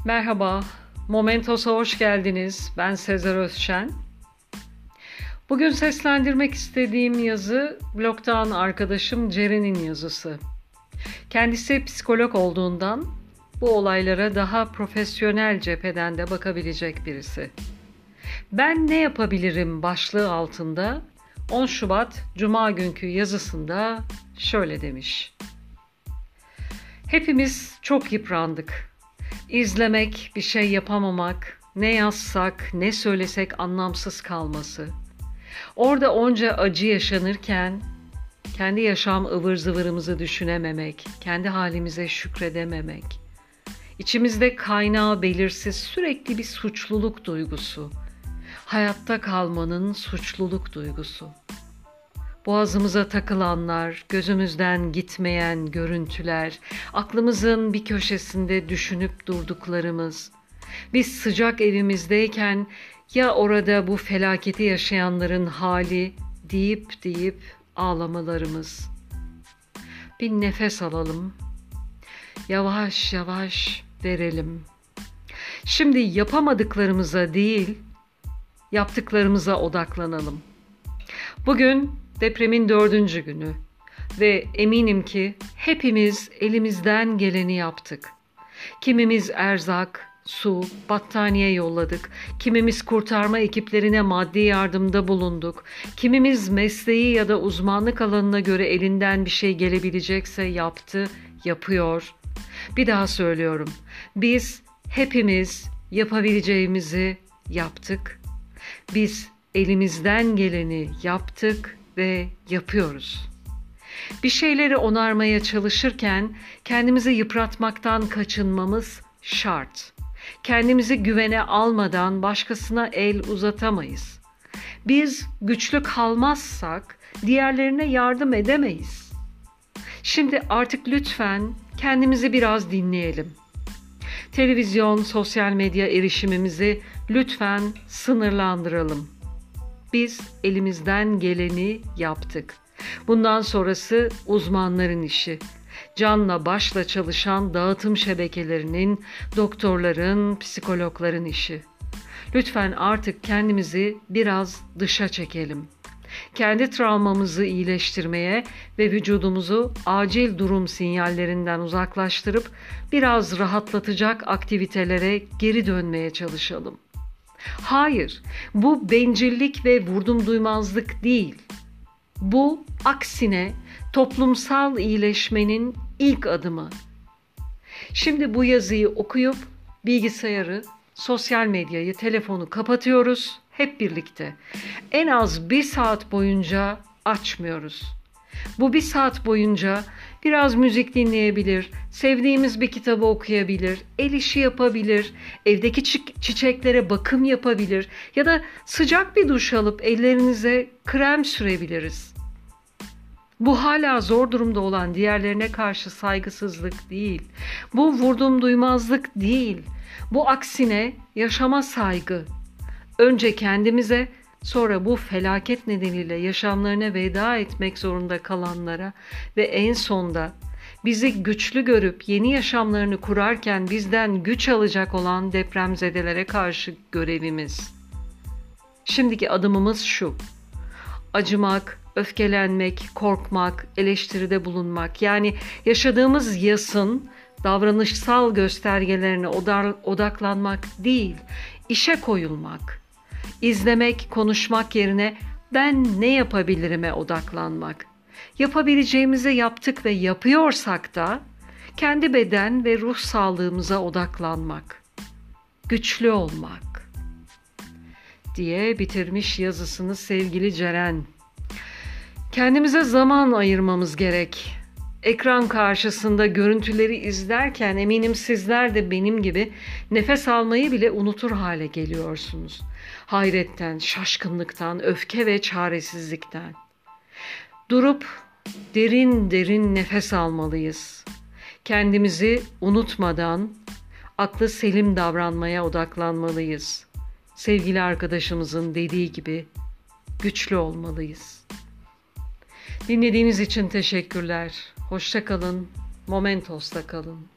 Merhaba, Momentos'a hoş geldiniz. Ben Sezer Özşen. Bugün seslendirmek istediğim yazı blogdan arkadaşım Ceren'in yazısı. Kendisi psikolog olduğundan bu olaylara daha profesyonel cepheden de bakabilecek birisi. Ben ne yapabilirim başlığı altında 10 Şubat Cuma günkü yazısında şöyle demiş. Hepimiz çok yıprandık. İzlemek, bir şey yapamamak, ne yazsak, ne söylesek anlamsız kalması. Orada onca acı yaşanırken kendi yaşam ıvır zıvırımızı düşünememek, kendi halimize şükredememek. İçimizde kaynağı belirsiz sürekli bir suçluluk duygusu. Hayatta kalmanın suçluluk duygusu. Boğazımıza takılanlar, gözümüzden gitmeyen görüntüler, aklımızın bir köşesinde düşünüp durduklarımız. Biz sıcak evimizdeyken ya orada bu felaketi yaşayanların hali deyip ağlamalarımız. Bir nefes alalım. Yavaş yavaş verelim. Şimdi yapamadıklarımıza değil, yaptıklarımıza odaklanalım. Bugün depremin 4. günü ve eminim ki hepimiz elimizden geleni yaptık. Kimimiz erzak, su, battaniye yolladık. Kimimiz kurtarma ekiplerine maddi yardımda bulunduk. Kimimiz mesleği ya da uzmanlık alanına göre elinden bir şey gelebilecekse yaptı, yapıyor. Bir daha söylüyorum. Biz hepimiz yapabileceğimizi yaptık. Biz elimizden geleni yaptık ve yapıyoruz. Bir şeyleri onarmaya çalışırken kendimizi yıpratmaktan kaçınmamız şart. Kendimizi güvene almadan başkasına el uzatamayız. Biz güçlü kalmazsak diğerlerine yardım edemeyiz. Şimdi artık lütfen kendimizi biraz dinleyelim. Televizyon, sosyal medya erişimimizi lütfen sınırlandıralım. Biz elimizden geleni yaptık. Bundan sonrası uzmanların işi. Canla başla çalışan dağıtım şebekelerinin, doktorların, psikologların işi. Lütfen artık kendimizi biraz dışa çekelim. Kendi travmamızı iyileştirmeye ve vücudumuzu acil durum sinyallerinden uzaklaştırıp biraz rahatlatacak aktivitelere geri dönmeye çalışalım. Hayır, bu bencillik ve vurdumduymazlık değil. Bu aksine toplumsal iyileşmenin ilk adımı. Şimdi bu yazıyı okuyup bilgisayarı, sosyal medyayı, telefonu kapatıyoruz hep birlikte. En az 1 saat boyunca açmıyoruz. Bu 1 saat boyunca biraz müzik dinleyebilir, sevdiğimiz bir kitabı okuyabilir, el işi yapabilir, evdeki çiçeklere bakım yapabilir ya da sıcak bir duş alıp ellerinize krem sürebiliriz. Bu hala zor durumda olan diğerlerine karşı saygısızlık değil. Bu vurdumduymazlık değil. Bu aksine yaşama saygı. Önce kendimize, sonra bu felaket nedeniyle yaşamlarına veda etmek zorunda kalanlara ve en sonda bizi güçlü görüp yeni yaşamlarını kurarken bizden güç alacak olan depremzedelere karşı görevimiz. Şimdiki adımımız şu: acımak, öfkelenmek, korkmak, eleştiride bulunmak. Yani yaşadığımız yasın davranışsal göstergelerine odaklanmak değil, işe koyulmak. İzlemek, konuşmak yerine ben ne yapabilirim'e odaklanmak. Yapabileceğimizi yaptık ve yapıyorsak da kendi beden ve ruh sağlığımıza odaklanmak. Güçlü olmak diye bitirmiş yazısını sevgili Ceren. Kendimize zaman ayırmamız gerek. Ekran karşısında görüntüleri izlerken eminim sizler de benim gibi nefes almayı bile unutur hale geliyorsunuz. Hayretten, şaşkınlıktan, öfke ve çaresizlikten. Durup derin derin nefes almalıyız. Kendimizi unutmadan aklı selim davranmaya odaklanmalıyız. Sevgili arkadaşımızın dediği gibi güçlü olmalıyız. Dinlediğiniz için teşekkürler. Hoşça kalın. Momentos'ta kalın.